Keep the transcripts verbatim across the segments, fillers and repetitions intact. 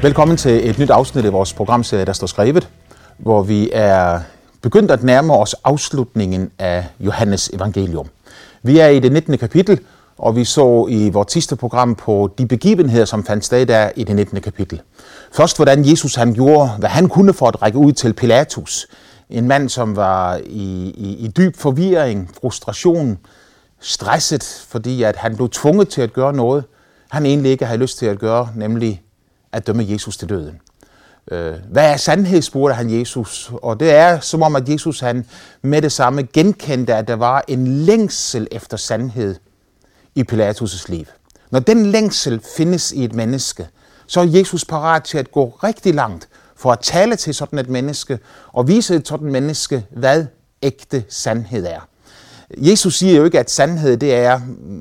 Velkommen til et nyt afsnit af vores programserie, der står skrevet, hvor vi er begyndt at nærme os afslutningen af Johannes evangelium. Vi er i det nittende kapitel, og vi så i vores sidste program på de begivenheder, som fandt sted der i det nittende kapitel. Først, hvordan Jesus han gjorde, hvad han kunne for at række ud til Pilatus. En mand, som var i, i, i dyb forvirring, frustration, stresset, fordi at han blev tvunget til at gøre noget, han egentlig ikke havde lyst til at gøre, nemlig at dømme Jesus til døden. Hvad er sandhed, spurgte han Jesus, og det er som om, at Jesus han med det samme genkendte, at der var en længsel efter sandhed i Pilatus' liv. Når den længsel findes i et menneske, så er Jesus parat til at gå rigtig langt for at tale til sådan et menneske og vise et sådan menneske, hvad ægte sandhed er. Jesus siger jo ikke, at sandhed det er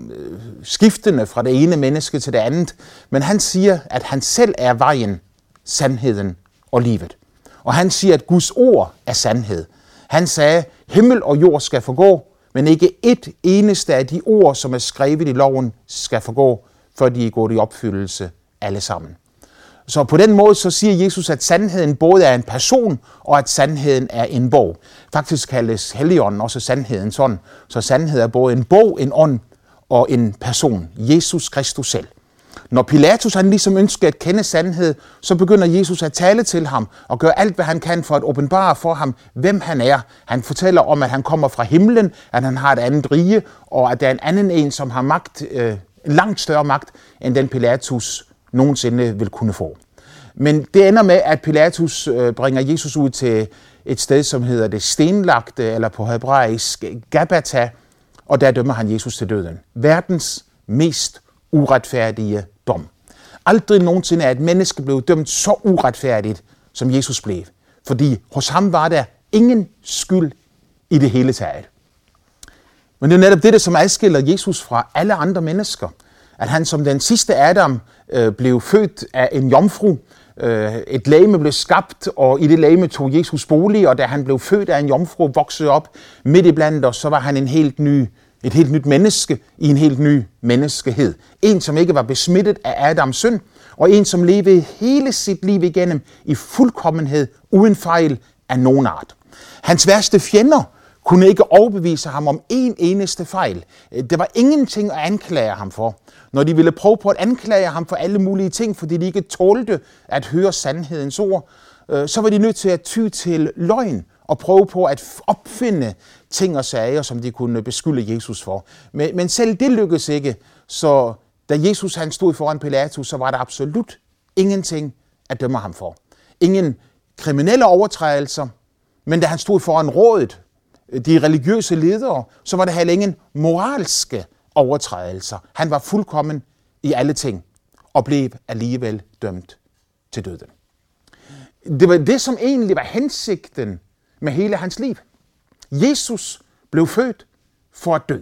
skiftende fra det ene menneske til det andet, men han siger, at han selv er vejen, sandheden og livet. Og han siger, at Guds ord er sandhed. Han sagde, himmel og jord skal forgå, men ikke et eneste af de ord, som er skrevet i loven, skal forgå, før de er gået i opfyldelse alle sammen. Så på den måde så siger Jesus, at sandheden både er en person, og at sandheden er en bog. Faktisk kaldes Helligånden også sandhedens ånd. Så sandhed er både en bog, en ånd og en person. Jesus Kristus selv. Når Pilatus han ligesom ønsker at kende sandhed, så begynder Jesus at tale til ham og gøre alt, hvad han kan for at åbenbare for ham, hvem han er. Han fortæller om, at han kommer fra himlen, at han har et andet rige, og at der er en anden en, som har magt, øh, langt større magt, end den Pilatus nogensinde vil kunne få. Men det ender med, at Pilatus øh, bringer Jesus ud til et sted, som hedder det stenlagte, eller på hebraisk Gabata, og der dømmer han Jesus til døden. Verdens mest uretfærdige dom. Aldrig nogensinde er et menneske blevet dømt så uretfærdigt, som Jesus blev. Fordi hos ham var der ingen skyld i det hele taget. Men det er netop det, som adskiller Jesus fra alle andre mennesker. At han som den sidste Adam øh, blev født af en jomfru. Øh, et legeme blev skabt, og i det legeme tog Jesus bolig, og da han blev født af en jomfru, voksede op midt i blandt os, så var han en helt ny, et helt nyt menneske i en helt ny menneskehed. En, som ikke var besmittet af Adams synd, og en, som levede hele sit liv igennem i fuldkommenhed, uden fejl af nogen art. Hans værste fjender kunne ikke overbevise ham om en eneste fejl. Det var ingenting at anklage ham for. Når de ville prøve på at anklage ham for alle mulige ting, fordi de ikke tålte at høre sandhedens ord, så var de nødt til at ty til løgn og prøve på at opfinde ting og sager, som de kunne beskylde Jesus for. Men, men selv det lykkedes ikke, så da Jesus han stod foran Pilatus, så var der absolut ingenting at dømme ham for. Ingen kriminelle overtrædelser, men da han stod foran rådet, de religiøse ledere, så var der heller ingen moralske overtrædelser. Han var fuldkommen i alle ting og blev alligevel dømt til døden. Det var det, som egentlig var hensigten med hele hans liv. Jesus blev født for at dø.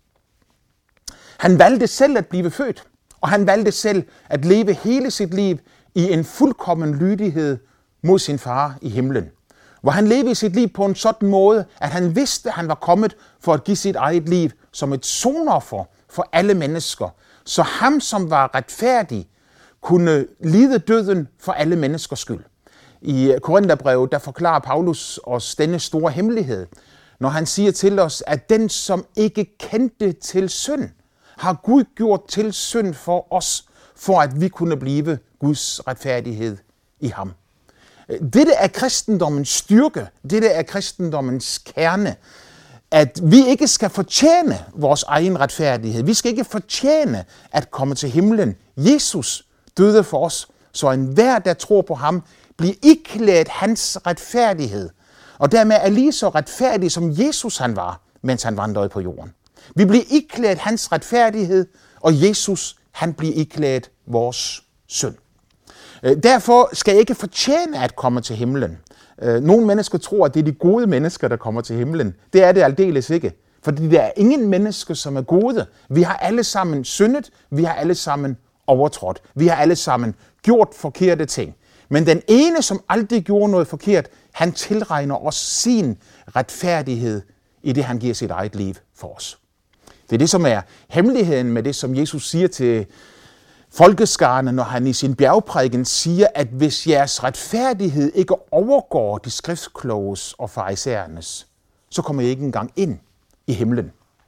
Han valgte selv at blive født, og han valgte selv at leve hele sit liv i en fuldkommen lydighed mod sin far i himlen. Hvor han levede sit liv på en sådan måde, at han vidste, at han var kommet for at give sit eget liv som et sonoffer for alle mennesker. Så ham, som var retfærdig, kunne lide døden for alle menneskers skyld. I Korintherbrevet, der forklarer Paulus os denne store hemmelighed, når han siger til os, at den, som ikke kendte til synd, har Gud gjort til synd for os, for at vi kunne blive Guds retfærdighed i ham. Dette er kristendommens styrke, dette er kristendommens kerne, at vi ikke skal fortjene vores egen retfærdighed. Vi skal ikke fortjene at komme til himlen. Jesus døde for os, så enhver, der tror på ham, bliver iklædt hans retfærdighed, og dermed er lige så retfærdig, som Jesus han var, mens han vandrede på jorden. Vi bliver iklædt hans retfærdighed, og Jesus han bliver iklædt vores synd. Derfor skal jeg ikke fortjene at komme til himlen. Nogle mennesker tror, at det er de gode mennesker, der kommer til himlen. Det er det aldeles ikke. Fordi der er ingen mennesker, som er gode. Vi har alle sammen syndet. Vi har alle sammen overtrådt. Vi har alle sammen gjort forkerte ting. Men den ene, som aldrig gjorde noget forkert, han tilregner os sin retfærdighed i det, han giver sit eget liv for os. Det er det, som er hemmeligheden med det, som Jesus siger til folkeskarne, når han i sin bjergprædiken siger, at hvis jeres retfærdighed ikke overgår de skriftkloges og farisæernes, så kommer I ikke engang ind i himlen.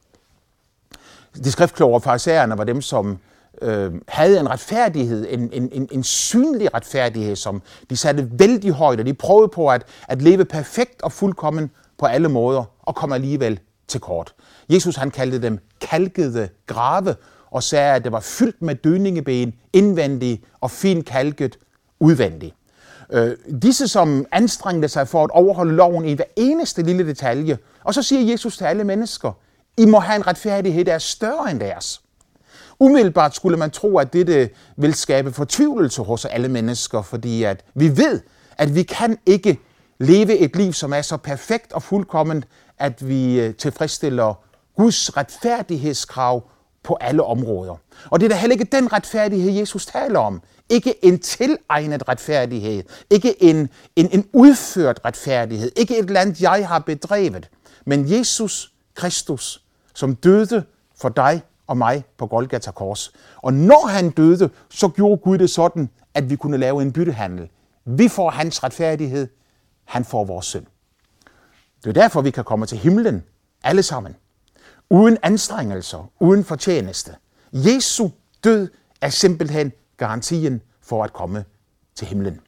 De skriftkloge og farisæerne var dem, som øh, havde en retfærdighed, en, en, en, en synlig retfærdighed, som de satte vældig højt, og de prøvede på at, at leve perfekt og fuldkommen på alle måder, og kom alligevel til kort. Jesus han kaldte dem kalkede grave, og sagde, at det var fyldt med dødningeben, indvendigt og fint kalket udvendigt. Øh, disse, som anstrengte sig for at overholde loven i hver eneste lille detalje, og så siger Jesus til alle mennesker, I må have en retfærdighed, der er større end deres. Umiddelbart skulle man tro, at dette vil skabe fortvivlelse hos alle mennesker, fordi at vi ved, at vi kan ikke leve et liv, som er så perfekt og fuldkomment, at vi tilfredsstiller Guds retfærdighedskrav på alle områder. Og det er da heller ikke den retfærdighed, Jesus taler om. Ikke en tilegnet retfærdighed. Ikke en, en, en udført retfærdighed. Ikke et eller andet, jeg har bedrevet. Men Jesus Kristus, som døde for dig og mig på Golgata Kors. Og når han døde, så gjorde Gud det sådan, at vi kunne lave en byttehandel. Vi får hans retfærdighed, han får vores synd. Det er derfor, vi kan komme til himlen, alle sammen. Uden anstrengelser, uden fortjeneste. Jesu død er simpelthen garantien for at komme til himlen.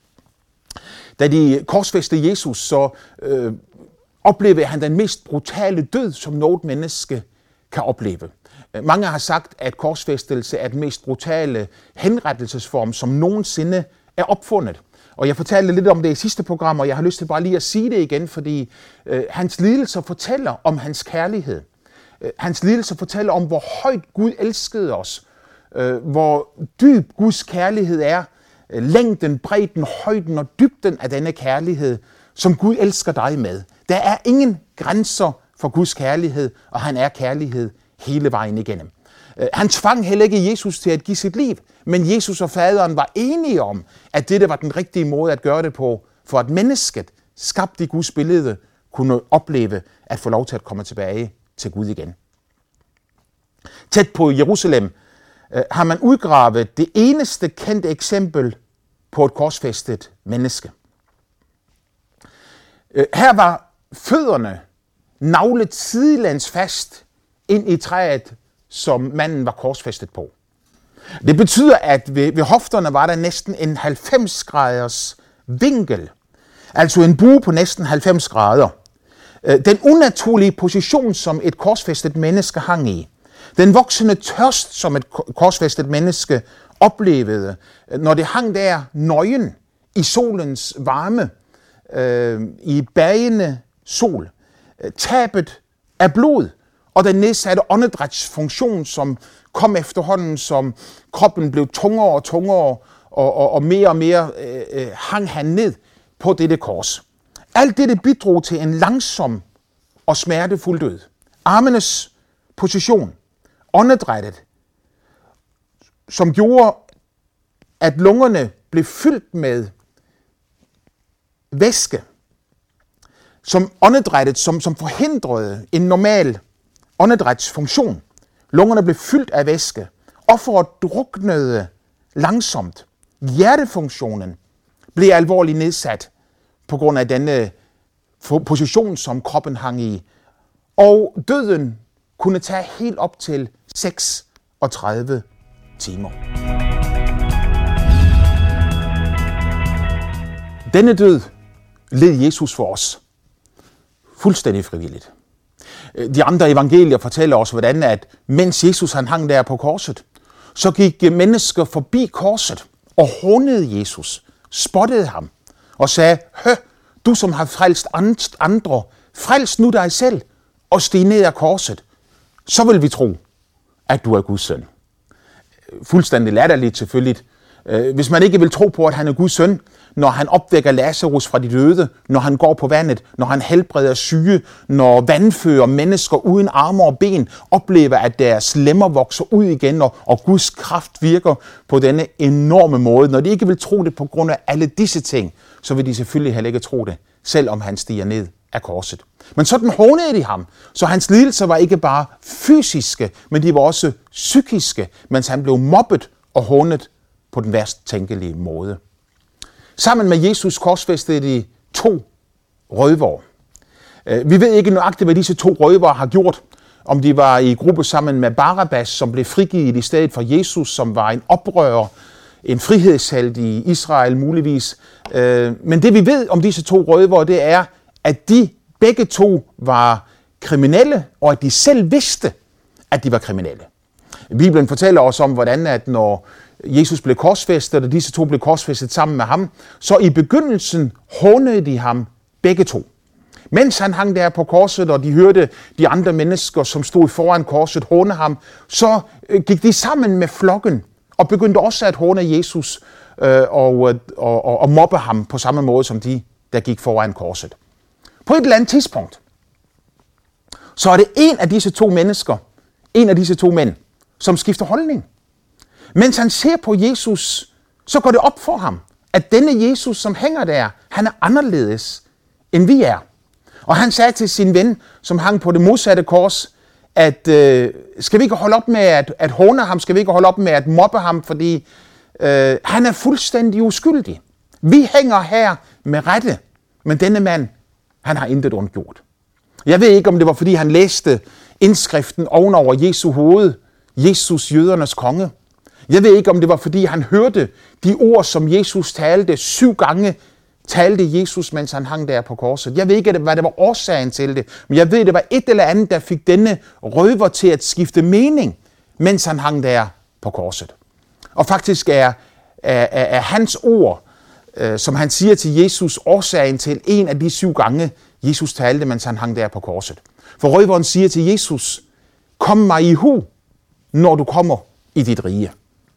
Da de korsfæstede Jesus, så øh, oplevede han den mest brutale død, som noget menneske kan opleve. Mange har sagt, at korsfæstelse er den mest brutale henrettelsesform, som nogensinde er opfundet. Og jeg fortalte lidt om det i sidste program, og jeg har lyst til bare lige at sige det igen, fordi øh, hans lidelser fortæller om hans kærlighed. Øh, hans lidelser fortæller om, hvor højt Gud elskede os. Øh, hvor dyb Guds kærlighed er. Øh, længden, bredden, højden og dybden af denne kærlighed, som Gud elsker dig med. Der er ingen grænser for Guds kærlighed, og han er kærlighed hele vejen igennem. Han tvang heller ikke Jesus til at give sit liv, men Jesus og faderen var enige om, at dette var den rigtige måde at gøre det på, for at mennesket, skabt i Guds billede, kunne opleve at få lov til at komme tilbage til Gud igen. Tæt på Jerusalem øh, har man udgravet det eneste kendte eksempel på et korsfæstet menneske. Øh, her var fødderne naglet sidelæns fast ind i træet, som manden var korsfæstet på. Det betyder, at ved, ved hofterne var der næsten en halvfems graders vinkel, altså en bue på næsten halvfems grader. Den unaturlige position, som et korsfæstet menneske hang i, den voksende tørst, som et korsfæstet menneske oplevede, når det hang der nøgen i solens varme, øh, i bagende sol, tabet af blod, og den nedsatte åndedrætsfunktion, som kom efterhånden, som kroppen blev tungere og tungere, og, og, og mere og mere øh, hang han ned på dette kors. Alt dette bidrog til en langsom og smertefuld død. Armenes position, åndedrættet, som gjorde, at lungerne blev fyldt med væske, som åndedrættet, som, som forhindrede en normal åndedrætsfunktion. Lungerne blev fyldt af væske. Offeret druknede langsomt. Hjertefunktionen blev alvorligt nedsat på grund af denne position, som kroppen hang i. Og døden kunne tage helt op til seksogtredive timer. Denne død led Jesus for os. Fuldstændig frivilligt. De andre evangelier fortæller os, hvordan at mens Jesus han hang der på korset, så gik mennesker forbi korset og hånede Jesus, spottede ham og sagde, hø, du som har frelst andre, frels nu dig selv og stig ned af korset. Så vil vi tro, at du er Guds søn. Fuldstændig latterligt selvfølgelig. Hvis man ikke vil tro på, at han er Guds søn, når han opvækker Lazarus fra de døde, når han går på vandet, når han helbreder syge, når vandfører mennesker uden arme og ben oplever, at deres lemmer vokser ud igen, og, og Guds kraft virker på denne enorme måde. Når de ikke vil tro det på grund af alle disse ting, så vil de selvfølgelig heller ikke tro det, selvom han stiger ned af korset. Men sådan hånede de ham, så hans lidelser var ikke bare fysiske, men de var også psykiske, mens han blev mobbet og hånet på den værst tænkelige måde. Sammen med Jesus korsfæstede de to røvere. Vi ved ikke nøjagtigt, hvad disse to røvere har gjort. Om de var i gruppe sammen med Barabbas, som blev frigivet i stedet for Jesus, som var en oprører, en frihedshelt i Israel muligvis. Men det vi ved om disse to røvere, det er, at de begge to var kriminelle, og at de selv vidste, at de var kriminelle. Bibelen fortæller os om, hvordan at når Jesus blev korsfæstet, og disse to blev korsfæstet sammen med ham, så i begyndelsen hånede de ham begge to. Mens han hang der på korset, og de hørte de andre mennesker, som stod foran korset, håne ham, så gik de sammen med flokken og begyndte også at håne Jesus øh, og, og, og, og mobbe ham på samme måde som de, der gik foran korset. På et eller andet tidspunkt, så er det en af disse to mennesker, en af disse to mænd, som skifter holdning. Mens han ser på Jesus, så går det op for ham, at denne Jesus, som hænger der, han er anderledes, end vi er. Og han sagde til sin ven, som hang på det modsatte kors, at øh, skal vi ikke holde op med at, at håne ham, skal vi ikke holde op med at mobbe ham, fordi øh, han er fuldstændig uskyldig. Vi hænger her med rette, men denne mand, han har intet ondt gjort. Jeg ved ikke, om det var, fordi han læste indskriften ovenover Jesu hoved, Jesus jødernes konge. Jeg ved ikke, om det var, fordi han hørte de ord, som Jesus talte syv gange, talte Jesus, mens han hang der på korset. Jeg ved ikke, hvad det var årsagen til det, men jeg ved, det var et eller andet, der fik denne røver til at skifte mening, mens han hang der på korset. Og faktisk er, er, er hans ord, øh, som han siger til Jesus, årsagen til en af de syv gange, Jesus talte, mens han hang der på korset. For røveren siger til Jesus, kom mig i hu, når du kommer i dit rige.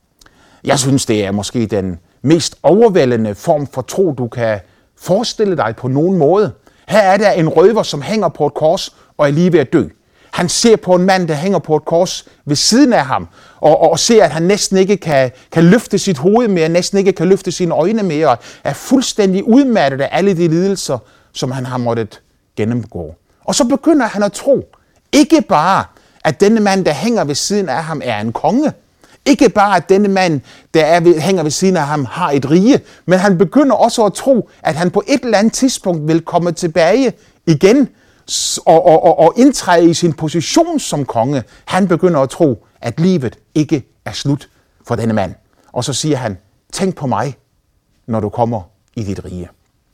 Jeg synes, det er måske den mest overvældende form for tro, du kan forestille dig på nogen måde. Her er der en røver, som hænger på et kors og er lige ved at dø. Han ser på en mand, der hænger på et kors ved siden af ham, og, og ser, at han næsten ikke kan, kan løfte sit hoved mere, næsten ikke kan løfte sine øjne mere, og er fuldstændig udmattet af alle de lidelser, som han har måttet gennemgå. Og så begynder han at tro, ikke bare, at denne mand, der hænger ved siden af ham, er en konge, ikke bare, at denne mand, der er ved, hænger ved siden af ham, har et rige, men han begynder også at tro, at han på et eller andet tidspunkt vil komme tilbage igen og, og, og, og indtræde i sin position som konge. Han begynder at tro, at livet ikke er slut for denne mand. Og så siger han, tænk på mig, når du kommer i dit rige.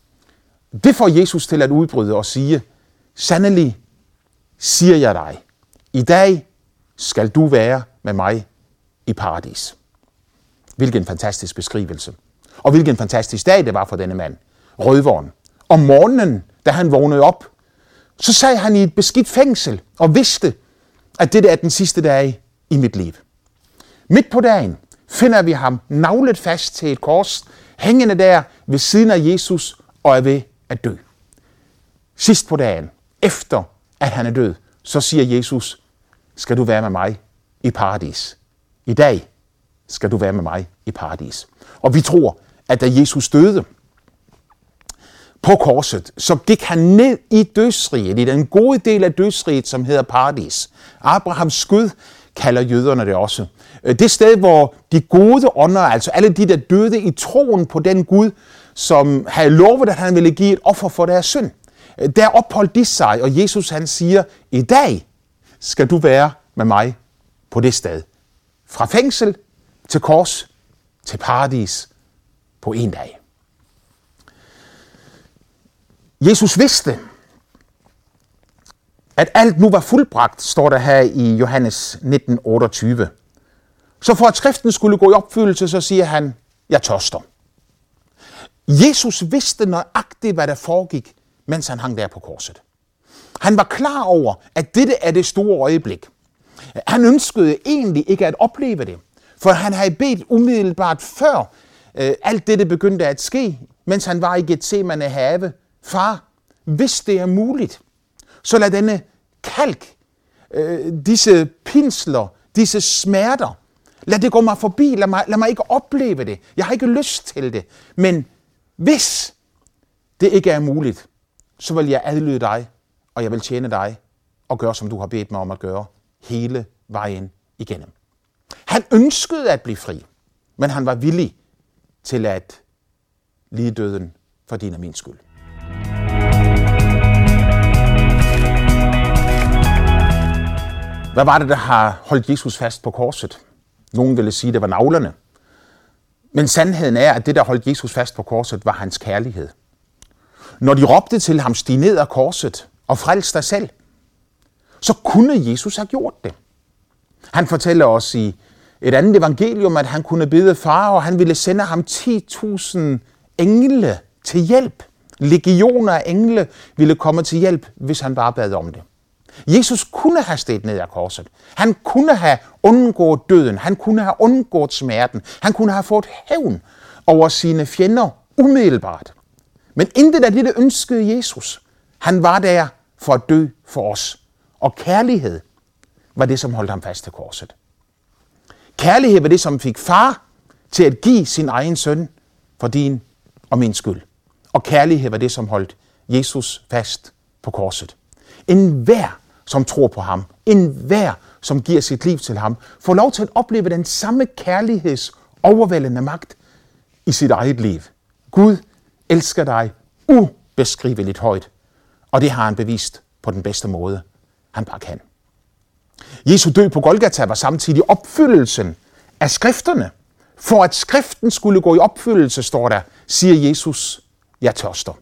Det får Jesus til at udbryde og sige, sandelig siger jeg dig, i dag skal du være med mig i paradis. Hvilken fantastisk beskrivelse. Og hvilken fantastisk dag det var for denne mand, røveren. Om morgenen, da han vågnede op, så sad han i et beskidt fængsel og vidste, at dette er den sidste dag i mit liv. Midt på dagen finder vi ham naglet fast til et kors, hængende der ved siden af Jesus og er ved at dø. Sidst på dagen, efter at han er død, så siger Jesus, skal du være med mig i paradis. I dag skal du være med mig i paradis. Og vi tror, at da Jesus døde på korset, så gik han ned i dødsriget, i den gode del af dødsriget, som hedder paradis. Abrahams skød kalder jøderne det også. Det sted, hvor de gode ånder, altså alle de, der døde i troen på den Gud, som havde lovet, at han ville give et offer for deres synd. Der opholdt de sig, og Jesus han siger, i dag skal du være med mig på det sted. Fra fængsel til kors til paradis på en dag. Jesus vidste, at alt nu var fuldbragt, står der her i Johannes nitten otteogtyve. Så for at skriften skulle gå i opfyldelse, så siger han, jeg tørster. Jesus vidste nøjagtigt, hvad der foregik, mens han hang der på korset. Han var klar over, at dette er det store øjeblik. Han ønskede egentlig ikke at opleve det, for han havde bedt umiddelbart før øh, alt dette begyndte at ske, mens han var i Getsemane have. Far, hvis det er muligt, så lad denne kalk, øh, disse pinsler, disse smerter, lad det gå mig forbi, lad mig, lad mig ikke opleve det. Jeg har ikke lyst til det, men hvis det ikke er muligt, så vil jeg adlyde dig, og jeg vil tjene dig, og gøre, som du har bedt mig om at gøre, hele vejen igennem. Han ønskede at blive fri. men han var villig til at lide døden for din og min skyld. Hvad var det, der har holdt Jesus fast på korset? Nogen ville sige, at det var naglerne. Men sandheden er, at det, der holdt Jesus fast på korset, var hans kærlighed. Når de råbte til ham, stig ned af korset og frels dig selv, så kunne Jesus have gjort det. Han fortæller os i et andet evangelium, at han kunne bede far, og han ville sende ham ti tusind engle til hjælp. Legioner af engle ville komme til hjælp, hvis han bare bad om det. Jesus kunne have steget ned af korset. Han kunne have undgået døden. Han kunne have undgået smerten. Han kunne have fået hævn over sine fjender umiddelbart. Men intet af det ønskede Jesus. Han var der for at dø for os. Og kærlighed var det, som holdt ham fast til korset. Kærlighed var det, som fik far til at give sin egen søn for din og min skyld. Og kærlighed var det, som holdt Jesus fast på korset. Enhver, som tror på ham, enhver, som giver sit liv til ham, får lov til at opleve den samme kærligheds overvældende magt i sit eget liv. Gud elsker dig ubeskriveligt højt, og det har han bevist på den bedste måde, han bare kan. Jesu død på Golgata var samtidig opfyldelsen af skrifterne. For at skriften skulle gå i opfyldelse, står der, siger Jesus, jeg tørster.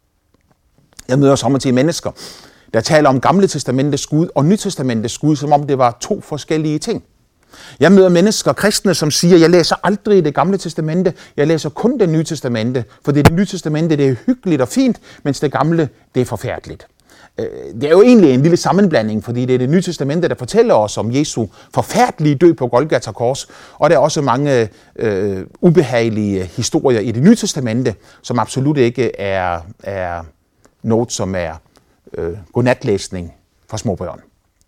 Jeg møder samtidig mennesker, der taler om Gamle Testamentets Gud og Nye Testamentets Gud, som om det var to forskellige ting. Jeg møder mennesker, kristne, som siger, jeg læser aldrig det Gamle Testamente, jeg læser kun det Nye Testamente, for det Nye Testamente det er hyggeligt og fint, mens det Gamle det er forfærdeligt. Det er jo egentlig en lille sammenblanding, fordi det er det Nye Testamente, der fortæller os om Jesu forfærdelige død på Golgata kors, og der er også mange øh, ubehagelige historier i det Nye Testamente, som absolut ikke er, er noget, som er øh, godnatlæsning for små børn.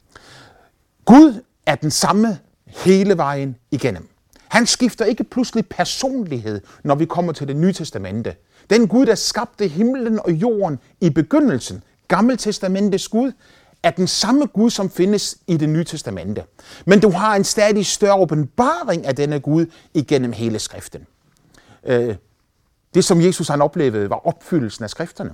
Gud er den samme hele vejen igennem. Han skifter ikke pludselig personlighed, når vi kommer til det Nye Testamente. Den Gud, der skabte himlen og jorden i begyndelsen, Gammeltestamentets Gud, er den samme Gud, som findes i det Nye Testamente. Men du har en stadig større åbenbaring af denne Gud igennem hele skriften. Det, som Jesus han oplevede, var opfyldelsen af skrifterne.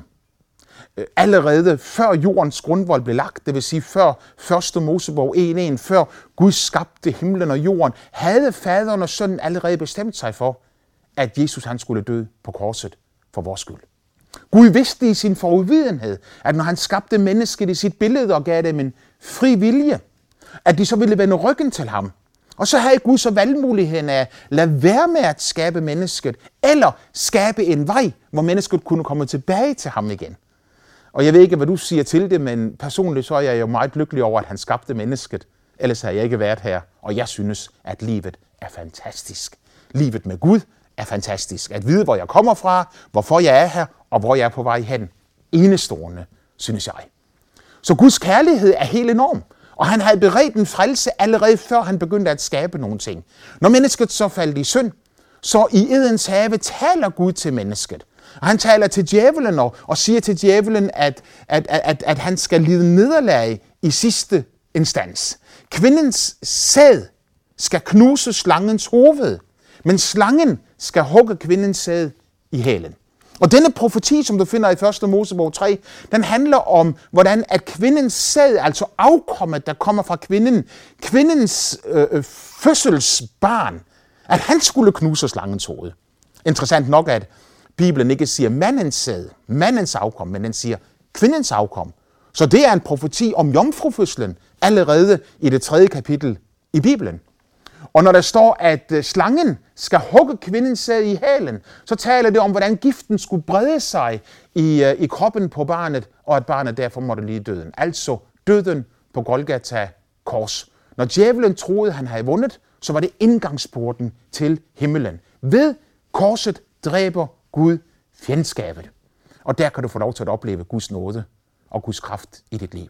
Allerede før jordens grundvold blev lagt, det vil sige før første Mosebog en en, før Gud skabte himlen og jorden, havde faderen og sønnen allerede bestemt sig for, at Jesus han skulle dø på korset for vores skyld. Gud vidste i sin forudvidenhed, at når han skabte mennesket i sit billede og gav dem en fri vilje, at de så ville vende ryggen til ham. Og så havde Gud så valgmuligheden af at lade være med at skabe mennesket, eller skabe en vej, hvor mennesket kunne komme tilbage til ham igen. Og jeg ved ikke, hvad du siger til det, men personligt så er jeg jo meget lykkelig over, at han skabte mennesket. Ellers har jeg ikke været her, og jeg synes, at livet er fantastisk. Livet med Gud er fantastisk. At vide, hvor jeg kommer fra, hvorfor jeg er her, og hvor jeg er på vej hen. Enestående, synes jeg. Så Guds kærlighed er helt enorm. Og han havde beredt en frelse allerede før han begyndte at skabe nogle ting. Når mennesket så faldt i synd, så i Edens have taler Gud til mennesket. Og han taler til djævelen og, og siger til djævelen, at, at, at, at han skal lide nederlag i sidste instans. Kvindens sæd skal knuse slangens hoved, men slangen skal hugge kvindens sæd i hælen. Og denne profeti, som du finder i første Mosebog tre, den handler om, hvordan at kvindens sæd, altså afkommet, der kommer fra kvinden, kvindens øh, fødselsbarn, at han skulle knuse slangens hoved. Interessant nok, at Bibelen ikke siger mandens sæd, mandens afkom, men den siger kvindens afkom. Så det er en profeti om jomfrufødslen allerede i det tredje kapitel i Bibelen. Og når der står, at slangen skal hugge kvindens sæd i halen, så taler det om, hvordan giften skulle brede sig i, i kroppen på barnet, og at barnet derfor måtte lide døden. Altså døden på Golgata kors. Når djævelen troede, han havde vundet, så var det indgangsporten til himmelen. Ved korset dræber Gud fjendskabet. Og der kan du få lov til at opleve Guds nåde og Guds kraft i dit liv.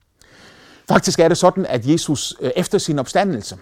Faktisk er det sådan, at Jesus efter sin opstandelse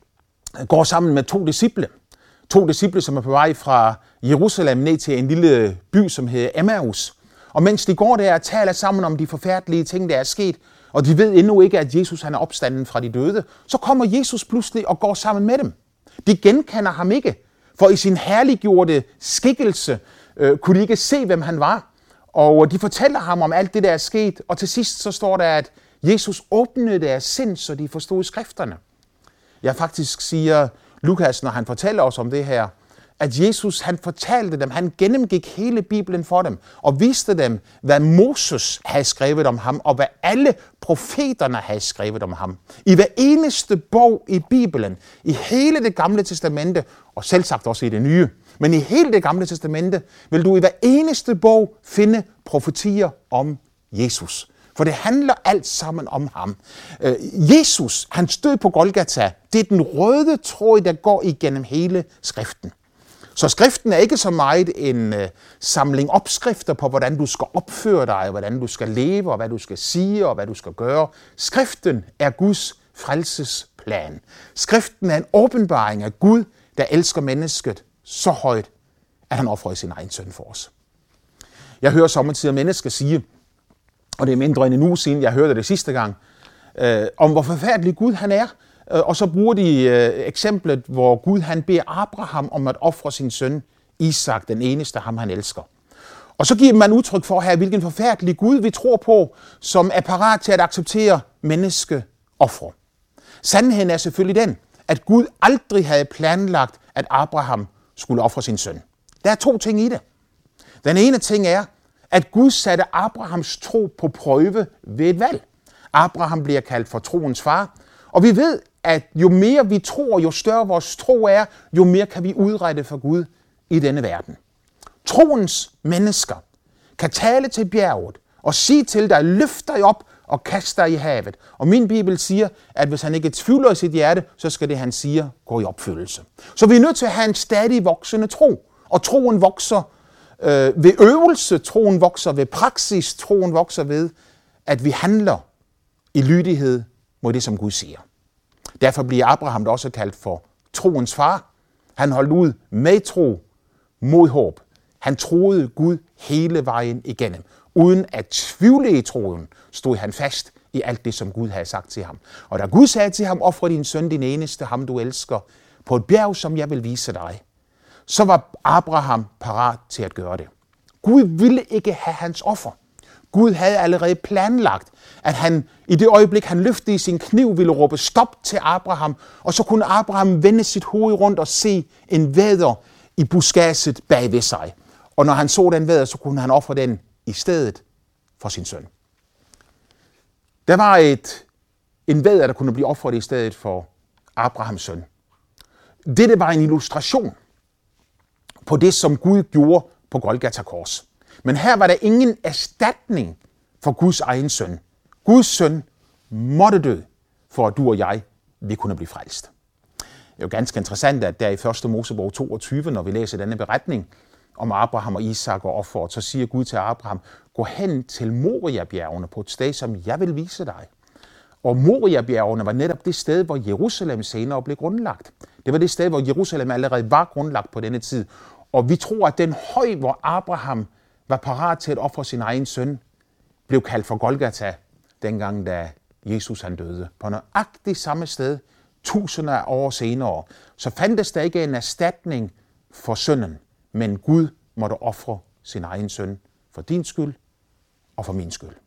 går sammen med to disciple. To disciple, som er på vej fra Jerusalem ned til en lille by, som hedder Emmaus. Og mens de går der og taler sammen om de forfærdelige ting, der er sket, og de ved endnu ikke, at Jesus han er opstanden fra de døde, så kommer Jesus pludselig og går sammen med dem. De genkender ham ikke, For i sin herliggjorte skikkelse øh, kunne de ikke se, hvem han var. Og de fortæller ham om alt det, der er sket. Og til sidst så står der, at Jesus åbnede deres sind, så de forstod skrifterne. Ja, faktisk siger Lukas, når han fortæller os om det her, at Jesus han fortalte dem, han gennemgik hele Bibelen for dem, og viste dem, hvad Moses havde skrevet om ham, og hvad alle profeterne havde skrevet om ham. I hver eneste bog i Bibelen, i hele det gamle testamente, og selvsagt også i det nye, men i hele det gamle testamente, vil du i hver eneste bog finde profetier om Jesus. For det handler alt sammen om ham. Jesus, han stod på Golgata. Det er den røde tråd, der går igennem hele skriften. Så skriften er ikke så meget en uh, samling opskrifter på, hvordan du skal opføre dig, hvordan du skal leve, og hvad du skal sige, og hvad du skal gøre. Skriften er Guds frelsesplan. Skriften er en åbenbaring af Gud, der elsker mennesket så højt, at han offrer sin egen søn for os. Jeg hører sommetider mennesker sige, og det er mindre end en uge siden, jeg hørte det sidste gang, øh, om hvor forfærdelig Gud han er. Og så bruger de øh, eksemplet, hvor Gud han beder Abraham om at ofre sin søn Isak, den eneste ham han elsker. Og så giver man udtryk for her, hvilken forfærdelig Gud vi tror på, som er parat til at acceptere menneskeofre. Sandheden er selvfølgelig den, at Gud aldrig havde planlagt, at Abraham skulle ofre sin søn. Der er to ting i det. Den ene ting er, at Gud satte Abrahams tro på prøve ved et valg. Abraham bliver kaldt for troens far, og vi ved, at jo mere vi tror, jo større vores tro er, jo mere kan vi udrette for Gud i denne verden. Troens mennesker kan tale til bjerget og sige til dig, løft dig op og kast dig i havet. Og min Bibel siger, at hvis han ikke tvivler i sit hjerte, så skal det, han siger, gå i opfyldelse. Så vi er nødt til at have en stadig voksende tro. Og troen vokser øh, ved øvelse, troen vokser ved praksis, troen vokser ved, at vi handler i lydighed mod det, som Gud siger. Derfor bliver Abraham også kaldt for troens far. Han holdt ud med tro mod håb. Han troede Gud hele vejen igennem. Uden at tvivle i troen, stod han fast i alt det, som Gud havde sagt til ham. Og da Gud sagde til ham, ofre din søn, din eneste, ham du elsker, på et bjerg, som jeg vil vise dig, så var Abraham parat til at gøre det. Gud ville ikke have hans offer. Gud havde allerede planlagt, at han i det øjeblik, han løftede i sin kniv, ville råbe stop til Abraham, og så kunne Abraham vende sit hoved rundt og se en vædder i buskadset bag ved sig. Og når han så den vædder, så kunne han ofre den i stedet for sin søn. Der var et, en vædder, der kunne blive offret i stedet for Abrahams søn. Dette var en illustration på det, som Gud gjorde på Golgata kors. Men her var der ingen erstatning for Guds egen søn. Guds søn måtte dø, for at du og jeg vi kunne blive frelst. Det er jo ganske interessant, at der i første Mosebog toogtyve, når vi læser denne beretning om Abraham og Isak og offeret, så siger Gud til Abraham, gå hen til Moria-bjergene på et sted, som jeg vil vise dig. Og Moria-bjergene var netop det sted, hvor Jerusalem senere blev grundlagt. Det var det sted, hvor Jerusalem allerede var grundlagt på denne tid. Og vi tror, at den høj, hvor Abraham var parat til at ofre sin egen søn, blev kaldt for Golgata, dengang da Jesus han døde. På nøjagtigt samme sted, tusinder af år senere, så fandtes der ikke en erstatning for synden, men Gud måtte ofre sin egen søn for din skyld og for min skyld.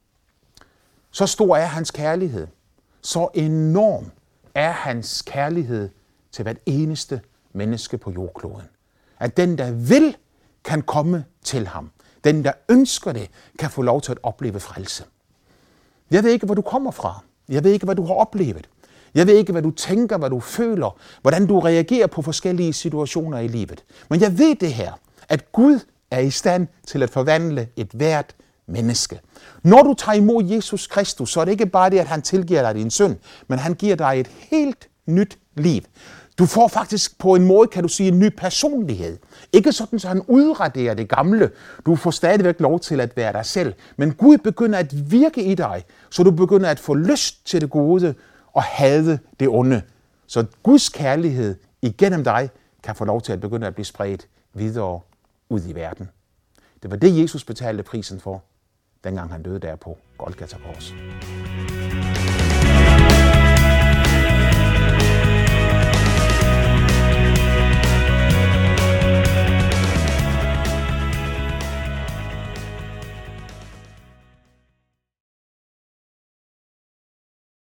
Så stor er hans kærlighed, så enorm er hans kærlighed til hvert eneste menneske på jordkloden, at den, der vil, kan komme til ham. Den, der ønsker det, kan få lov til at opleve frelse. Jeg ved ikke, hvor du kommer fra. Jeg ved ikke, hvad du har oplevet. Jeg ved ikke, hvad du tænker, hvad du føler, hvordan du reagerer på forskellige situationer i livet. Men jeg ved det her, at Gud er i stand til at forvandle et hvert menneske. Når du tager imod Jesus Kristus, så er det ikke bare det, at han tilgiver dig din synd, men han giver dig et helt nyt liv. Du får faktisk på en måde, kan du sige, en ny personlighed. Ikke sådan, så han udraderer det gamle. Du får stadigvæk lov til at være dig selv. Men Gud begynder at virke i dig, så du begynder at få lyst til det gode og hade det onde. Så Guds kærlighed igennem dig kan få lov til at begynde at blive spredt videre ud i verden. Det var det, Jesus betalte prisen for, dengang han døde der på Golgata kors.